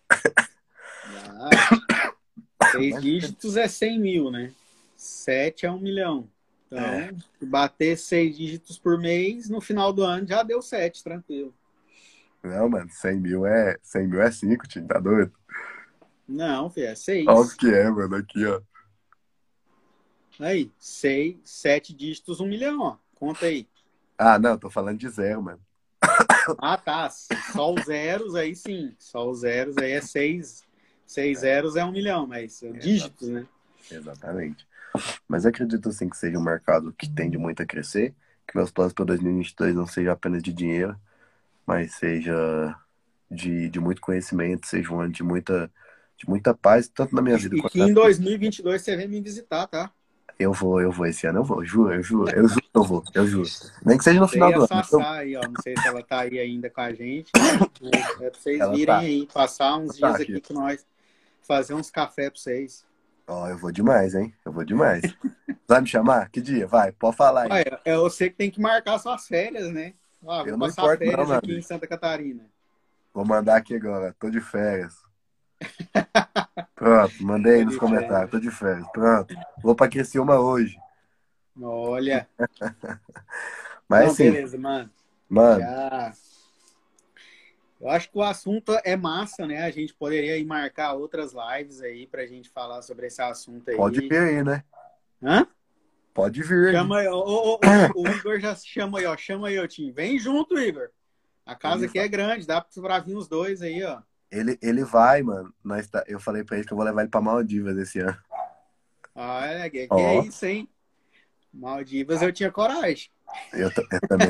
Dá. Seis Mas, dígitos é cem mil, né? Sete é um milhão. é, Então, se bater seis dígitos por mês, no final do ano já deu sete, tranquilo. não, mano, cem mil é, cem mil é cinco, tio, tá doido? Não, filho, é Óbvio seis. que é, mano, aqui, ó. Aí, seis, sete dígitos, um milhão, ó. Conta aí. Ah, não, tô falando de zero, mano. Ah, tá. Só os zeros aí sim. Só os zeros aí é seis. Seis zeros é um milhão, mas são Exa- dígitos, né? Exatamente. Mas eu acredito, assim, que seja um mercado que tende muito a crescer, que meus planos para dois mil e vinte e dois não sejam apenas de dinheiro, mas seja de, de muito conhecimento, seja um ano de muita, de muita paz, tanto na minha vida E, e quanto que na em sua. dois mil e vinte e dois você vem me visitar, tá? Eu vou, eu vou esse ano, eu vou, juro, eu juro, eu juro que eu vou, eu juro. Nem que seja no Você final e a do ano. Eu- Sassá aí, ó. Não sei se ela tá aí ainda com a gente, mas é pra vocês ela virem tá, aí, passar ela uns tá dias aqui. aqui com nós, fazer uns café pra vocês. Ó, eu vou demais, hein? Eu vou demais. Vai me chamar? Que dia? Vai, pode falar aí. Olha, é você que tem que marcar suas férias, né? Ah, vou Eu não passar importo não, férias meu aqui em amigo. Santa Catarina. Vou mandar aqui agora, tô de férias. Pronto, mandei Tô aí nos de comentários, férias. tô de férias. Pronto. Vou pra Criciúma hoje. Olha. Mas Não, assim, beleza, mano. mano, Já. Eu acho que o assunto é massa, né? A gente poderia ir marcar outras lives aí pra gente falar sobre esse assunto pode aí. vir aí, né? Hã? Pode vir aí. Chama aí, ó, ô, ô, ô, o Igor já se chama aí, ó. Chama aí, ô Tim. Vem junto, Igor. A casa Ele aqui vai, é grande, dá pra vir os dois aí, ó. ele, ele vai, mano. Nós tá, eu falei pra ele que eu vou levar ele pra Maldivas esse ano. Ah, é, que que é Ó, isso, hein? Maldivas eu tinha coragem. eu, ta- eu também.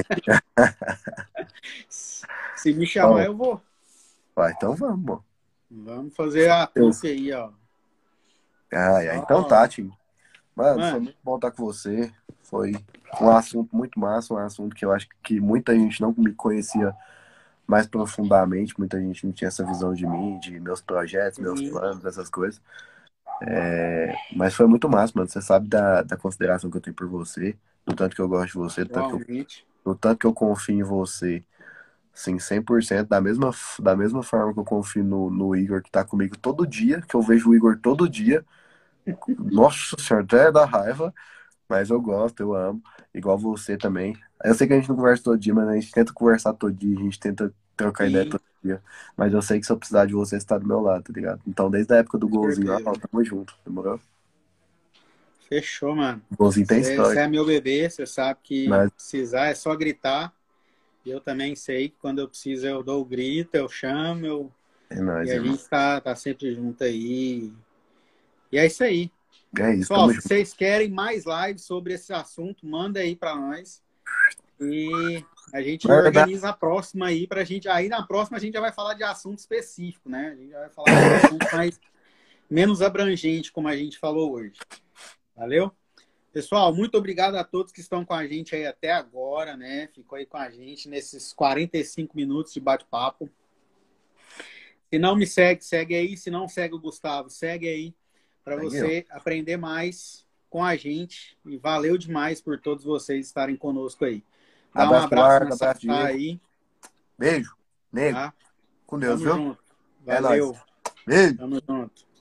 Se me chamar, Ó, eu vou. vai, então vamos, pô. Vamos fazer a Deus. trupe aí, ó. Ai, ai, então Só. tá, Tim. Mano, foi Mano, muito bom estar com você. Foi um assunto muito massa, um assunto que eu acho que muita gente não me conhecia mais profundamente, muita gente não tinha essa visão de mim, de meus projetos, meus sim, planos, essas coisas. É, mas foi muito massa, mano. Você sabe da, da consideração que eu tenho por você, do tanto que eu gosto de você, do tanto que eu, igualmente. do tanto que eu confio em você, sim, cem por cento da mesma, da mesma forma que eu confio no, no Igor, que tá comigo todo dia, que eu vejo o Igor todo dia. Nossa senhora, até dá raiva. Mas eu gosto, eu amo. Igual você também. Eu sei que a gente não conversa todo dia, mas a gente tenta conversar todo dia. A gente tenta trocar ideia Sim, todo dia. Mas eu sei que se eu precisar de você, você tá do meu lado, tá ligado? Então, desde a época do com golzinho lá, ó, certeza. tamo junto, demorou? Fechou, mano. O golzinho tem Você história, é meu bebê, você sabe que mas precisar é só gritar. E eu também sei que quando eu preciso eu dou o grito, eu chamo, eu... é e nóis, a irmão. gente tá, tá sempre junto aí. E é isso aí. É isso, Pessoal, tamo se junto. vocês querem mais lives sobre esse assunto, manda aí para nós. E a gente Manda. organiza a próxima aí pra gente. Aí na próxima a gente já vai falar de assunto específico, né? A gente já vai falar de um assunto mais menos abrangente, como a gente falou hoje. Valeu? Pessoal, muito obrigado a todos que estão com a gente aí até agora, né? Ficou aí com a gente nesses quarenta e cinco minutos de bate-papo. Se não me segue, segue aí. Se não segue o Gustavo, segue aí para Aqui, ó. você aprender mais com a gente. E valeu demais por todos vocês estarem conosco aí. Dá um Abraço, abraço Eduardo. na Abraço, Satá Diego. aí, Beijo. Nego. tá? Com Deus, Tamo viu? junto. É nóis. Valeu. Beijo. Tamo junto.